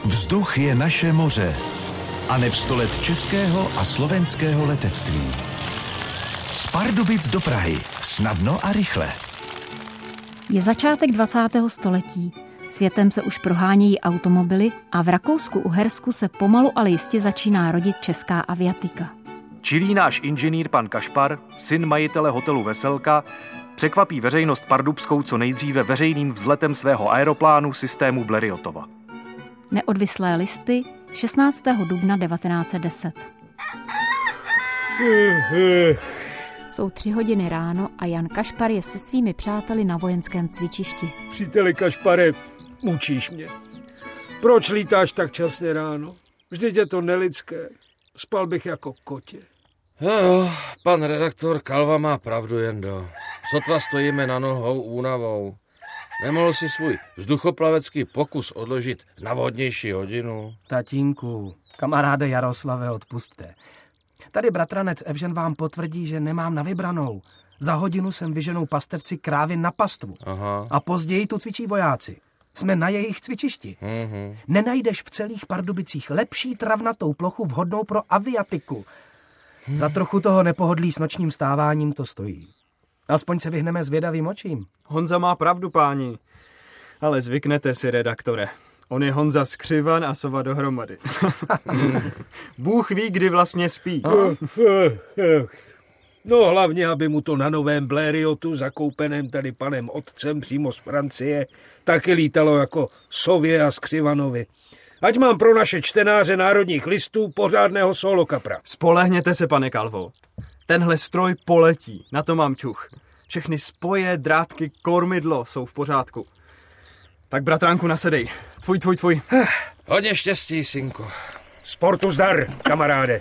Vzduch je naše moře. Aneb 100 let českého a slovenského letectví. Z Pardubic do Prahy. Snadno a rychle. Je začátek 20. století. Světem se už prohánějí automobily a v Rakousku-Uhersku se pomalu ale jistě začíná rodit česká aviatika. Čilý náš inženýr pan Kašpar, syn majitele hotelu Veselka, překvapí veřejnost pardubskou co nejdříve veřejným vzletem svého aeroplánu systému Blériotova. Neodvislé listy 16. dubna 1910. Jsou 3 hodiny ráno a Jan Kašpar je se svými přáteli na vojenském cvičišti. Příteli Kašpare, mučíš mě. Proč lítáš tak časně ráno? Vždyť je to nelidské. Spal bych jako kotě. Jo, pan redaktor Kalva má pravdu, Jendo. Sotva stojíme na nohou únavou. Nemohl si svůj vzduchoplavecký pokus odložit na vhodnější hodinu? Tatínku, kamaráde Jaroslave, odpusťte. Tady bratranec Evžen vám potvrdí, že nemám na vybranou. Za hodinu sem vyženou pastevci krávy na pastvu. Aha. A později tu cvičí vojáci. Jsme na jejich cvičišti. Nenajdeš v celých Pardubicích lepší travnatou plochu vhodnou pro aviatiku. Za trochu toho nepohodlí s nočním stáváním to stojí. Aspoň se vyhneme zvědavým očím. Honza má pravdu, páni. Ale zvyknete si, redaktore. On je Honza skřivan a sova dohromady. Bůh ví, kdy vlastně spí. No hlavně, aby mu to na novém Blériotu, zakoupeném tady panem otcem přímo z Francie, taky lítalo jako sově a skřivanovi. Ať mám pro naše čtenáře národních listů pořádného solokapra. Spolehněte se, pane Kalvo. Tenhle stroj poletí, na to mám čuch. Všechny spoje, drátky, kormidlo jsou v pořádku. Tak bratránku nasedej. Tvůj. Hodně štěstí, synku. Sportu zdar, kamaráde.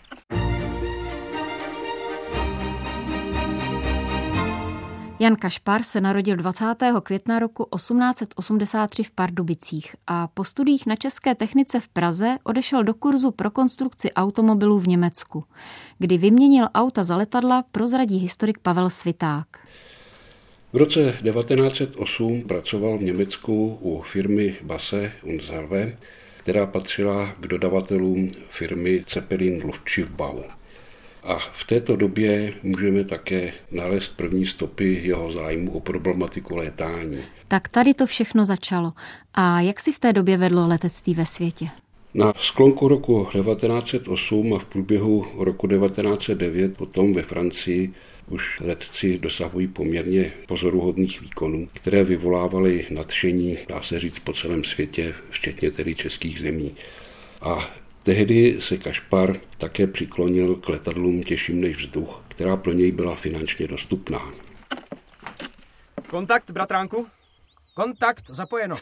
Jan Kašpar se narodil 20. května roku 1883 v Pardubicích a po studiích na České technice v Praze odešel do kurzu pro konstrukci automobilů v Německu. Kdy vyměnil auta za letadla, prozradí historik Pavel Sviták. V roce 1908 pracoval v Německu u firmy Basse und Salve, která patřila k dodavatelům firmy Zeppelin Luftschiffbau. A v této době můžeme také nalézt první stopy jeho zájmu o problematiku létání. Tak tady to všechno začalo. A jak si v té době vedlo letectví ve světě? Na sklonku roku 1908 a v průběhu roku 1909 potom ve Francii už letci dosahují poměrně pozoruhodných výkonů, které vyvolávaly nadšení, dá se říct, po celém světě, včetně tedy českých zemí. A tehdy se Kašpar také přiklonil k letadlům těžším než vzduch, která pro něj byla finančně dostupná. Kontakt, bratránku? Kontakt, zapojeno.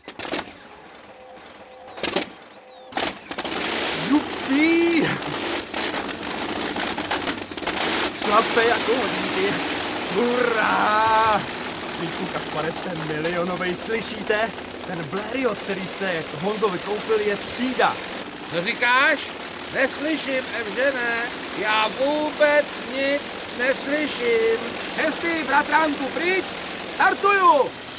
Jupi! Šlape jako hodinky. Hurá! Stříčku Kašpare, jste milionovej, slyšíte? Ten Blériot, který jste Honzovi koupil, je třída. Co říkáš? Neslyším, Evžene. Já vůbec nic neslyším. Cesty, bratránku, pryč! Startuju!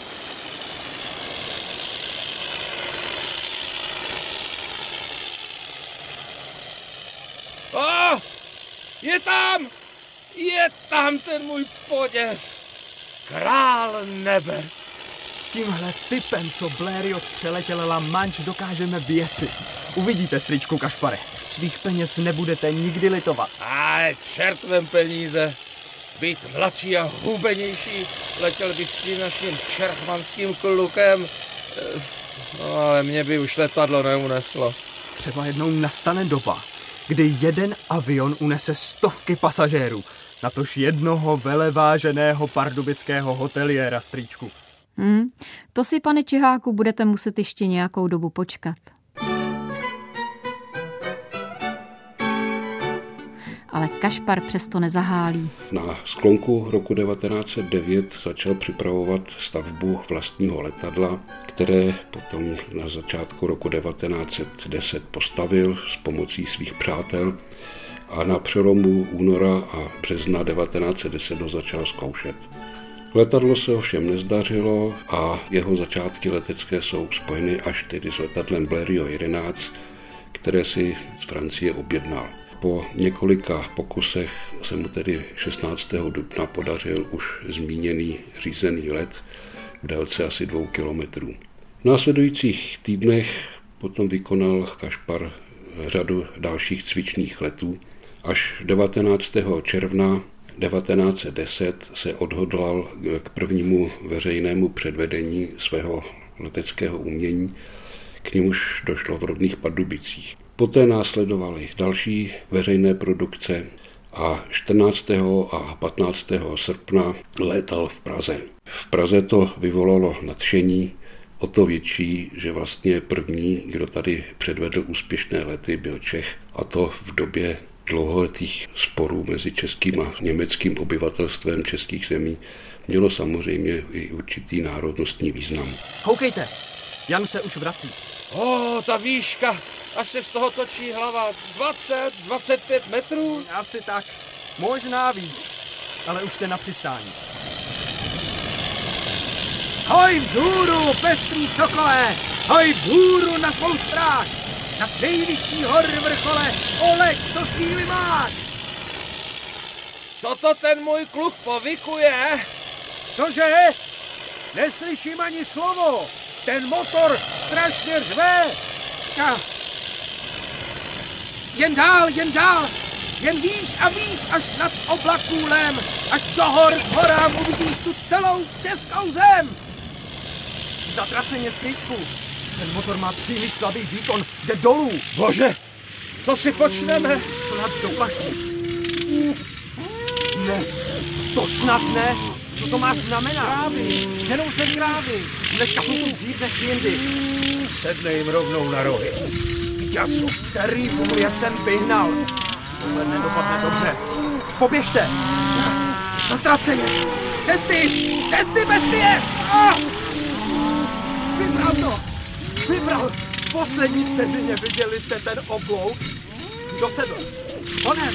Je tam ten můj poděs. Král nebes. S tímhle typem, co Blériot přeletěl La Manche, dokážeme věci. Uvidíte, strýčku Kašpare. Svých peněz nebudete nikdy litovat. Ale čertvem peníze. Být mladší a hubenější, letěl bych s tím naším čerchmanským klukem. No ale mě by už letadlo neuneslo. Třeba jednou nastane doba, kdy jeden avion unese stovky pasažérů. Natož jednoho veleváženého pardubického hoteliéra, strýčku. To si, pane Čiháku, budete muset ještě nějakou dobu počkat. Ale Kašpar přesto nezahálí. Na sklonku roku 1909 začal připravovat stavbu vlastního letadla, které potom na začátku roku 1910 postavil s pomocí svých přátel a na přelomu února a března 1910 ho začal zkoušet. Letadlo se ovšem nezdařilo a jeho začátky letecké jsou spojeny až tedy s letadlem Blériot 11, které si z Francie objednal. Po několika pokusech se mu tedy 16. dubna podařil už zmíněný řízený let v délce asi 2 kilometrů. V následujících týdnech potom vykonal Kašpar řadu dalších cvičných letů. Až 19. června 1910 se odhodlal k prvnímu veřejnému předvedení svého leteckého umění, k němuž došlo v rodných Pardubicích. Poté následovaly další veřejné produkce a 14. a 15. srpna létal v Praze. V Praze to vyvolalo nadšení, o to větší, že vlastně první, kdo tady předvedl úspěšné lety, byl Čech, a to v době dlouholetých sporů mezi českým a německým obyvatelstvem českých zemí, mělo samozřejmě i určitý národnostní význam. Koukejte, Jan se už vrací. Ta výška, až se z toho točí hlava 20-25 metrů. Asi tak, možná víc, ale už jste na přistání. Hoj vzhůru, pestrý sokole! Hoj vzhůru na svou stráž! Na nejvyšší hory vrchole, oleď, co síly máš! Co to ten můj kluk povykuje? Cože? Neslyším ani slovo! Ten motor strašně řve! Jen dál, jen výš a výš, až nad oblakůlem, až do hor k horám uvidíš tu celou českou zem! Zatraceně, strýčku. Ten motor má příliš slabý výkon, jde dolů. Bože, co si počneme? Snad do plachty. Ne, to snad ne. Co to má znamenat? Krávy, ženou se krávy. Dneska jsou tu dřív než jindy. Sedne jim rovnou na rohy. K ťasu. Který vůl je sem vyhnal. Tohle nedopadne dobře. Poběžte. Zatraceně. Z cesty, bestie! Vybral. V poslední vteřině viděli jste ten oblouk? Dosedl. Honem.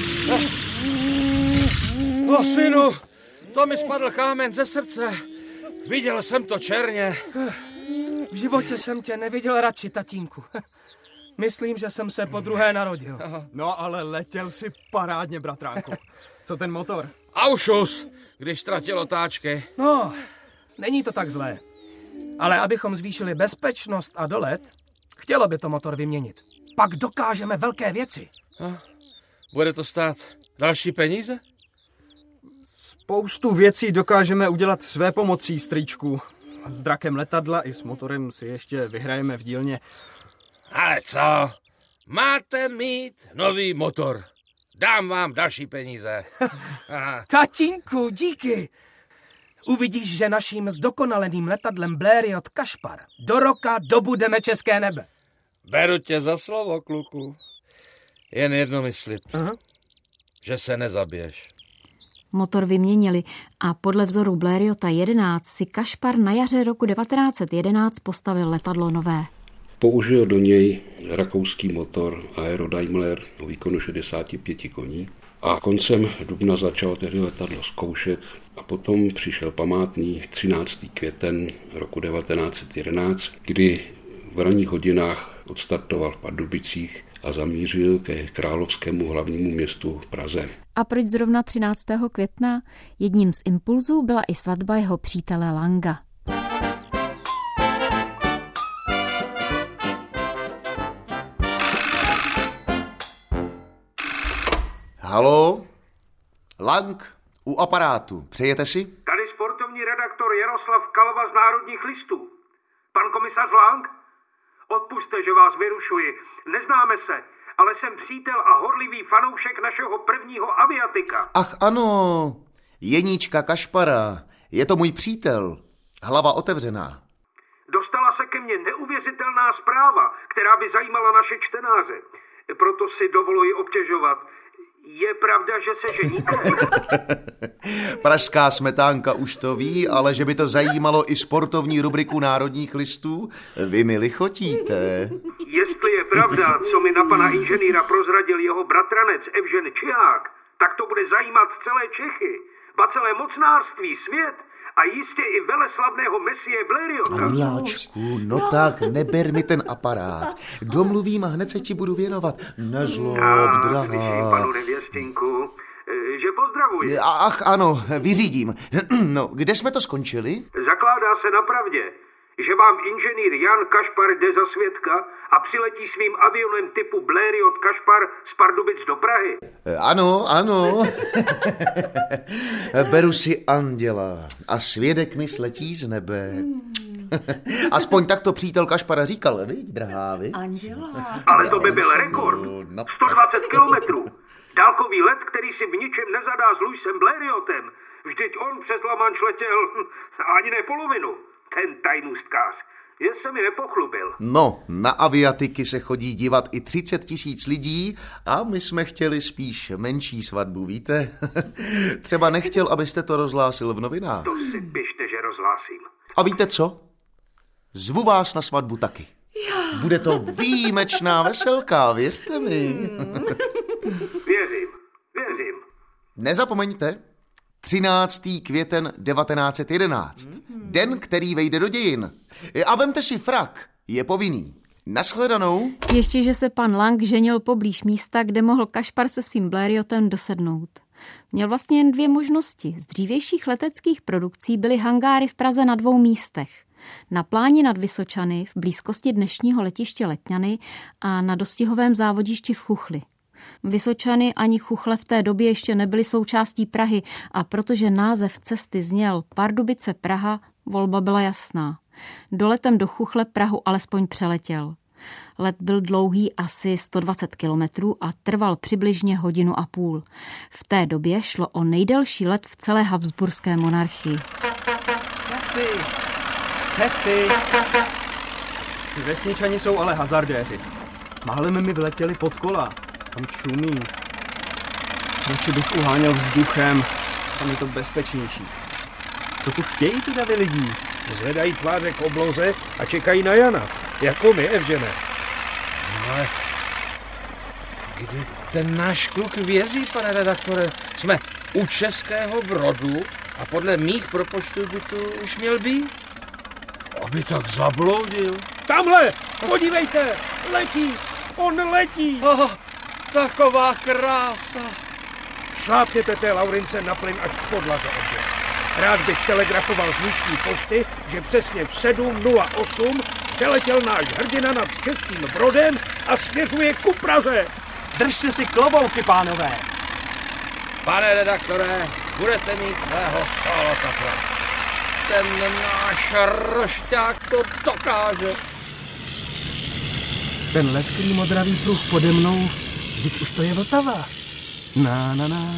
Synu, to mi spadl kámen ze srdce. Viděl jsem to černě. V životě jsem tě neviděl radši, tatínku. Myslím, že jsem se podruhé narodil. No ale letěl si parádně, bratránku. Co ten motor? Aušus, když ztratil otáčky. No, není to tak zlé. Ale abychom zvýšili bezpečnost a dolet, chtělo by to motor vyměnit. Pak dokážeme velké věci. Bude to stát další peníze? Spoustu věcí dokážeme udělat své pomocí, strýčku. S drakem letadla i s motorem si ještě vyhrajeme v dílně. Ale co? Máte mít nový motor. Dám vám další peníze. Tatínku, díky. Uvidíš, že naším zdokonaleným letadlem Blériot Kašpar do roka dobudeme české nebe. Beru tě za slovo, kluku. Jen jedno mi slib. Že se nezabiješ. Motor vyměnili a podle vzoru Blériota 11 si Kašpar na jaře roku 1911 postavil letadlo nové. Použil do něj rakouský motor Aerodaimler o výkonu 65 koní a koncem dubna začal tedy letadlo zkoušet a potom přišel památný 13. květen roku 1911, kdy v ranních hodinách odstartoval v Pardubicích a zamířil ke královskému hlavnímu městu Praze. A proč zrovna 13. května? Jedním z impulzů byla i svatba jeho přítele Langa. Haló? Lang, u aparátu. Přejete si? Tady sportovní redaktor Jaroslav Kalva z Národních listů. Pan komisař Lang? Odpusťte, že vás vyrušuji. Neznáme se, ale jsem přítel a horlivý fanoušek našeho prvního aviatika. Ach ano, Jeníčka Kašpara. Je to můj přítel. Hlava otevřená. Dostala se ke mně neuvěřitelná zpráva, která by zajímala naše čtenáře. Proto si dovoluji obtěžovat. Je pravda, že se ženíte? Pražská smetánka už to ví, ale že by to zajímalo i sportovní rubriku Národních listů, vy mi lichotíte. Jestli je pravda, co mi na pana inženýra prozradil jeho bratranec Evžen Čiák, tak to bude zajímat celé Čechy, ba celé mocnářství, svět a jistě i veleslavného mesie Blériota. Miláčku, no tak, neber mi ten aparát. Domluvím a hned se ti budu věnovat. Nezlob, drahá. Panu nevěstinku, že pozdravuji. Ach, ano, vyřídím. No, kde jsme to skončili? Zakládá se na pravdě, že vám inženýr Jan Kašpar jde za svědka a přiletí svým avionem typu Blériot Kašpar z Pardubic do Prahy. Ano. Beru si anděla a svědek mi sletí z nebe. Aspoň tak to přítel Kašpara říkal, viď, drahá, viď? Anděla. Ale to by byl rekord. 120 kilometrů. Dálkový let, který si v ničem nezadá s Luisem Blériotem. Vždyť on přes La Manche letěl ani ne polovinu. Ten tajnůstkář. Jen se mi nepochlubil. No, na aviatiky se chodí dívat i 30 000 lidí a my jsme chtěli spíš menší svatbu, víte? Třeba nechtěl, abyste to rozhlásil v novinách. To si pište, že rozhlásím. A víte co? Zvu vás na svatbu taky. Bude to výjimečná veselka, věřte mi. Věřím. Nezapomeňte, 13. květen 1911. Den, který vejde do dějin. A vemte si frak, je povinný. Nashledanou. Ještě, že se pan Lang ženil poblíž místa, kde mohl Kašpar se svým Blériotem dosednout. Měl vlastně jen 2 možnosti. Z dřívějších leteckých produkcí byly hangáry v Praze na 2 místech. Na pláni nad Vysočany v blízkosti dnešního letiště Letňany a na dostihovém závodišti v Chuchli. Vysočany ani Chuchle v té době ještě nebyly součástí Prahy a protože název cesty zněl Pardubice Praha, volba byla jasná. Doletem do Chuchle Prahu alespoň přeletěl. Let byl dlouhý asi 120 kilometrů a trval přibližně 1,5 hodiny. V té době šlo o nejdelší let v celé habsburské monarchii. Cesty! Ty vesničani jsou ale hazardéři. Málem mi vletěli pod kola. Tam čumí. Radši bych uháněl vzduchem. Tam je to bezpečnější. Co tu chtějí ty davy lidí? Zvedají tváře k obloze a čekají na Jana. Jako my, Evžene. No ale kde ten náš kluk vězí, pane redaktore? Jsme u Českého Brodu a podle mých propočtů by tu už měl být. Aby tak zabloudil. Tamhle! Podívejte! Letí! On letí! Oh, taková krása! Šlápněte té Laurince na plyn až k podlaze, Evžene. Rád bych telegrafoval z místní pošty, že přesně v 7:08 přeletěl náš hrdina nad Českým Brodem a směřuje ku Praze. Držte si klobouky, pánové! Pane redaktore, budete mít svého solokapla. Ten náš rošťák to dokáže. Ten lesklý modravý pruh pode mnou, vždyť už to je Vltava. Na.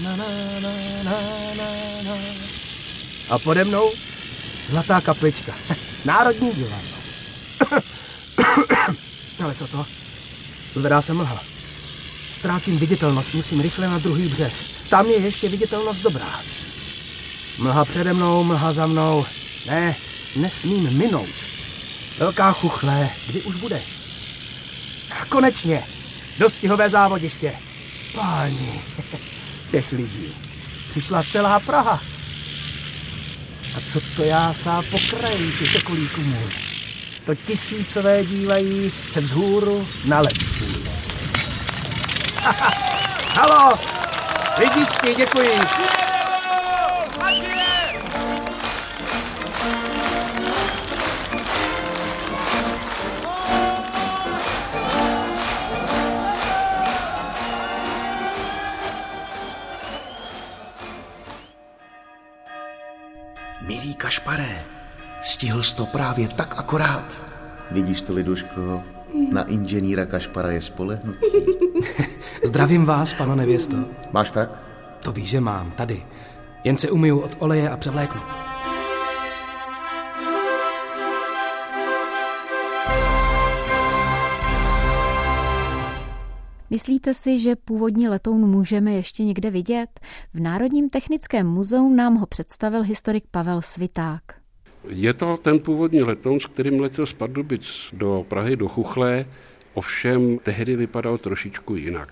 A pode mnou Zlatá kaplička. Národní divadlo. Ale co to? Zvedá se mlha. Ztrácím viditelnost, musím rychle na druhý břeh. Tam je ještě viditelnost dobrá. Mlha přede mnou, mlha za mnou. Ne, nesmím minout. Velká Chuchle, kdy už budeš? A konečně, dostihové závodiště. Páni, těch lidí. Přišla celá Praha. A co to jásá po kraji, ty sokolíku můj? To tisícové dívají se vzhůru na let tvůj. Haló, lidičky, děkuji. Milý Kašpare, stihl jsi to právě tak akorát. Vidíš to, Liduško, na inženýra Kašpara je spolehnutí. Zdravím vás, pana nevěsto. Máš frak? To víš, že mám, tady. Jen se umyju od oleje a převléknu. Myslíte si, že původní letoun můžeme ještě někde vidět? V Národním technickém muzeu nám ho představil historik Pavel Sviták. Je to ten původní letoun, s kterým letěl z Pardubic do Prahy, do Chuchle, ovšem tehdy vypadal trošičku jinak.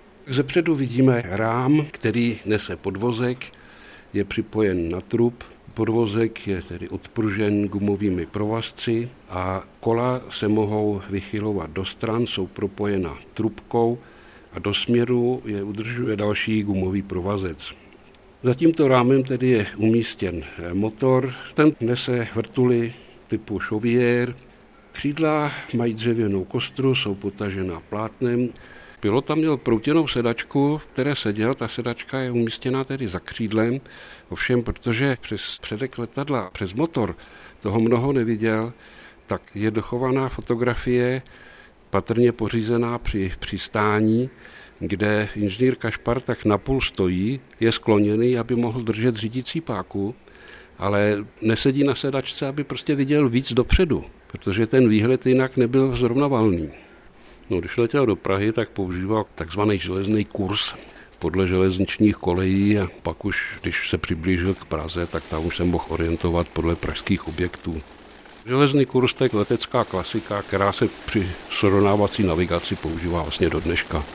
Zepředu vidíme rám, který nese podvozek, je připojen na trup, Podvozek je tedy odpružen gumovými provazci a kola se mohou vychylovat do stran, jsou propojena trubkou a do směru je udržuje další gumový provazec. Za tímto rámem tedy je umístěn motor, ten nese vrtuly typu Chauvier. Křídla mají dřevěnou kostru, jsou potažená plátnem. Pilota měl proutěnou sedačku, v které seděl, ta sedačka je umístěná tedy za křídlem, ovšem protože přes předek letadla, přes motor toho mnoho neviděl, tak je dochovaná fotografie, patrně pořízená při přistání, kde inženýr Kašpar tak napůl stojí, je skloněný, aby mohl držet řídící páku, ale nesedí na sedačce, aby prostě viděl víc dopředu, protože ten výhled jinak nebyl zrovna valný. No, když letěl do Prahy, tak používal takzvaný železný kurz podle železničních kolejí a pak už, když se přiblížil k Praze, tak tam už se mohl orientovat podle pražských objektů. Železný kurz je letecká klasika, která se při srovnávací navigaci používá vlastně do dneška.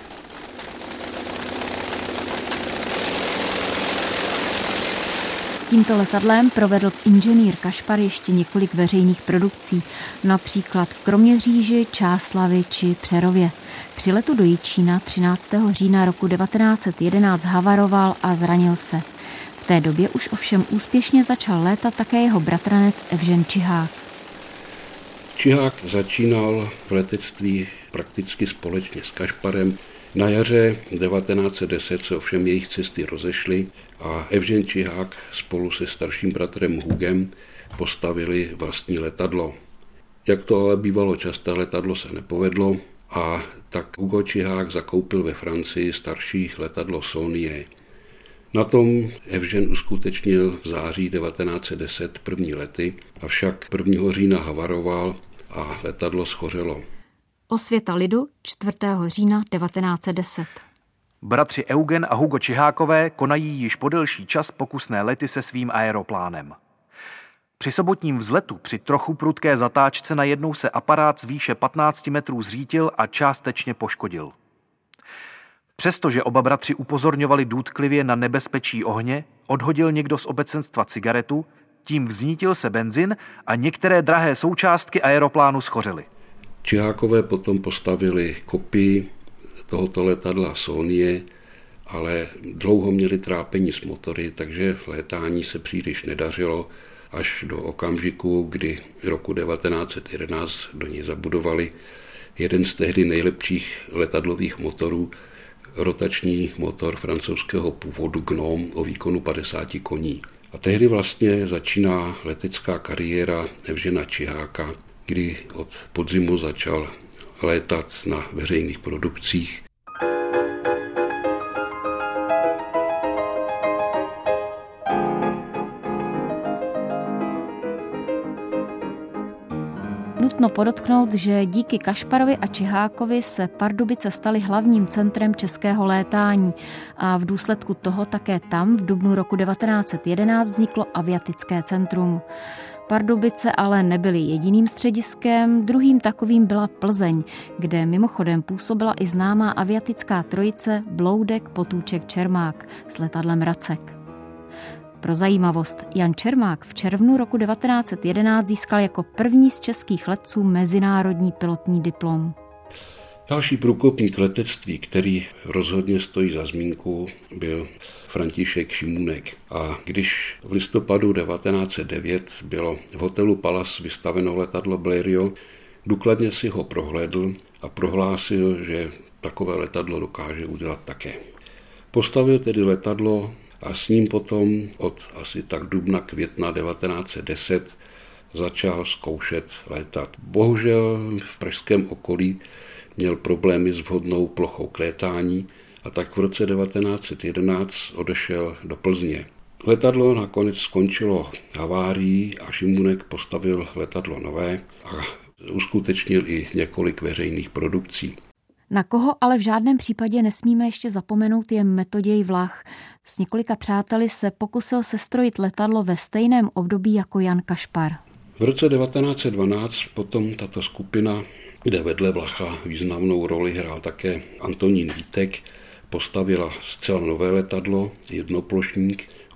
S tímto letadlem provedl inženýr Kašpar ještě několik veřejných produkcí, například v Kroměříži, Čáslavi či Přerově. Při letu do Jičína 13. října roku 1911 havaroval a zranil se. V té době už ovšem úspěšně začal létat také jeho bratranec Evžen Čihák. Čihák začínal v letectví prakticky společně s Kašparem. Na jaře 1910 se ovšem jejich cesty rozešly a Evžen Čihák spolu se starším bratrem Hugem postavili vlastní letadlo. Jak to ale bývalo časté, letadlo se nepovedlo a tak Hugo Čihák zakoupil ve Francii starší letadlo Saulnier. Na tom Evžen uskutečnil v září 1910 první lety, avšak 1. října havaroval a letadlo schořelo. Osvěta lidu 4. října 1910. Bratři Eugen a Hugo Čihákové konají již po delší čas pokusné lety se svým aeroplánem. Při sobotním vzletu při trochu prudké zatáčce najednou se aparát z výše 15 metrů zřítil a částečně poškodil. Přestože oba bratři upozorňovali důtklivě na nebezpečí ohně, odhodil někdo z obecenstva cigaretu, tím vznítil se benzin a některé drahé součástky aeroplánu schořely. Čihákové potom postavili kopii tohoto letadla Saulnier, ale dlouho měli trápení s motory, takže létání se příliš nedařilo, až do okamžiku, kdy roku 1911 do ní zabudovali jeden z tehdy nejlepších letadlových motorů, rotační motor francouzského původu Gnome o výkonu 50 koní. A tehdy vlastně začíná letecká kariéra Evžena Čiháka, kdy od podzimu začal létat na veřejných produkcích. Nutno podotknout, že díky Kašparovi a Čihákovi se Pardubice staly hlavním centrem českého létání a v důsledku toho také tam v dubnu roku 1911 vzniklo aviatické centrum. Pardubice ale nebyly jediným střediskem, druhým takovým byla Plzeň, kde mimochodem působila i známá aviatická trojice Bloudek, Potůček, Čermák s letadlem Racek. Pro zajímavost, Jan Čermák v červnu roku 1911 získal jako první z českých letců mezinárodní pilotní diplom. Další průkopník letectví, který rozhodně stojí za zmínku, byl František Šimunek. A když v listopadu 1909 bylo v hotelu Palace vystaveno letadlo Blériot, důkladně si ho prohlédl a prohlásil, že takové letadlo dokáže udělat také. Postavil tedy letadlo a s ním potom od asi tak dubna května 1910 začal zkoušet létat. Bohužel v pražském okolí měl problémy s vhodnou plochou k létání a tak v roce 1911 odešel do Plzně. Letadlo nakonec skončilo havárií a Šimunek postavil letadlo nové a uskutečnil i několik veřejných produkcí. Na koho ale v žádném případě nesmíme ještě zapomenout je Metoděj Vlach. S několika přáteli se pokusil sestrojit letadlo ve stejném období jako Jan Kašpar. V roce 1912 potom tato skupina, kde vedle Vlacha významnou roli hrál také Antonín Vítek, postavila zcela nové letadlo, jednoplošník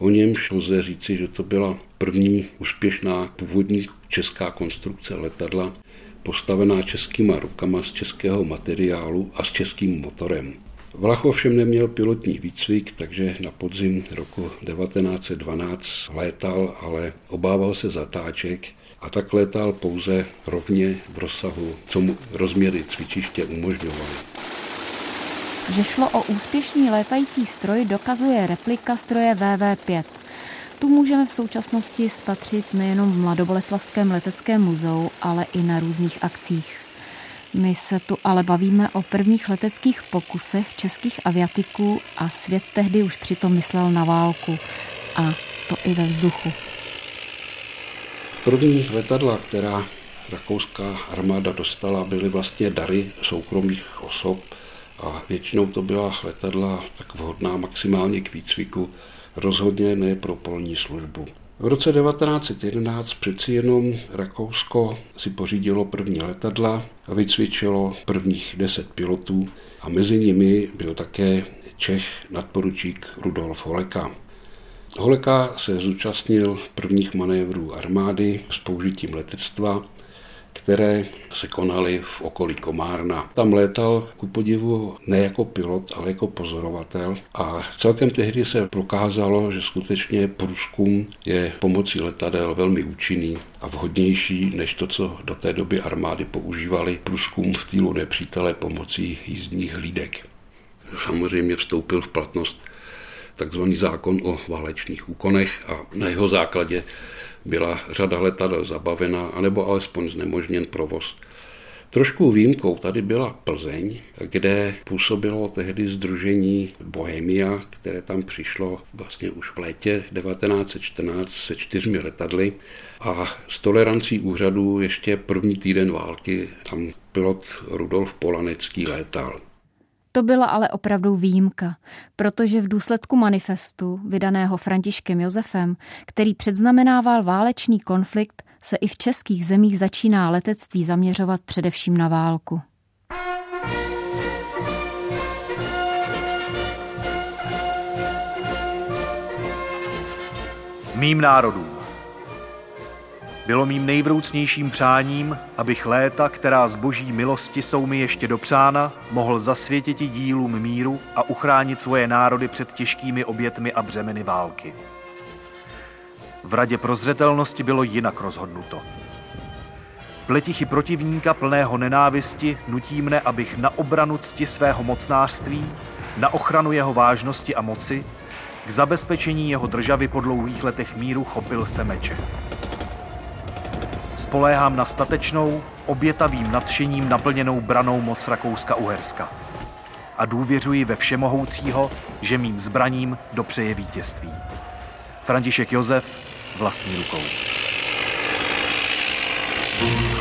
O němž lze říci, že to byla první úspěšná původní česká konstrukce letadla, postavená českýma rukama z českého materiálu a s českým motorem. Vlach ovšem neměl pilotní výcvik, takže na podzim roku 1912 létal, ale obával se zatáček a tak létal pouze rovně v rozsahu, co mu rozměry cvičiště umožňovaly. Že šlo o úspěšný létající stroj, dokazuje replika stroje VV5. Tu můžeme v současnosti spatřit nejenom v Mladoboleslavském leteckém muzeu, ale i na různých akcích. My se tu ale bavíme o prvních leteckých pokusech českých aviatiků a svět tehdy už přitom myslel na válku. A to i ve vzduchu. První letadla, která rakouská armáda dostala, byly vlastně dary soukromých osob a většinou to byla letadla tak vhodná maximálně k výcviku, rozhodně ne pro polní službu. V roce 1911 přeci jenom Rakousko si pořídilo první letadla a vycvičilo prvních 10 pilotů a mezi nimi byl také Čech nadporučík Rudolf Holeka. Holeka se zúčastnil prvních manévrů armády s použitím letectva, které se konaly v okolí Komárna. Tam létal ku podivu ne jako pilot, ale jako pozorovatel a celkem tehdy se prokázalo, že skutečně průzkum je pomocí letadel velmi účinný a vhodnější než to, co do té doby armády používaly průzkum v týlu nepřítele pomocí jízdních hlídek. Samozřejmě vstoupil v platnost takzvaný zákon o válečných úkonech a na jeho základě byla řada letadel zabavena, anebo alespoň znemožněn provoz. Trošku výjimkou tady byla Plzeň, kde působilo tehdy sdružení Bohemia, které tam přišlo vlastně už v létě 1914 se 4 letadly a s tolerancí úřadů ještě první týden války tam pilot Rudolf Polanecký létal. To byla ale opravdu výjimka, protože v důsledku manifestu, vydaného Františkem Josefem, který předznamenával válečný konflikt, se i v českých zemích začíná letectví zaměřovat především na válku. Mým národům. Bylo mým nejvroucnějším přáním, abych léta, která z boží milosti jsou mi ještě dopřána, mohl zasvětit dílům míru a uchránit svoje národy před těžkými obětmi a břemeny války. V Radě prozřetelnosti bylo jinak rozhodnuto. Pletichy protivníka plného nenávisti nutí mne, abych na obranu cti svého mocnářství, na ochranu jeho vážnosti a moci, k zabezpečení jeho državy po dlouhých letech míru chopil se meče. Spoléhám na statečnou, obětavým nadšením naplněnou branou moc Rakouska-Uherska. A důvěřuji ve všemohoucího, že mým zbraním dopřeje vítězství. František Josef vlastní rukou.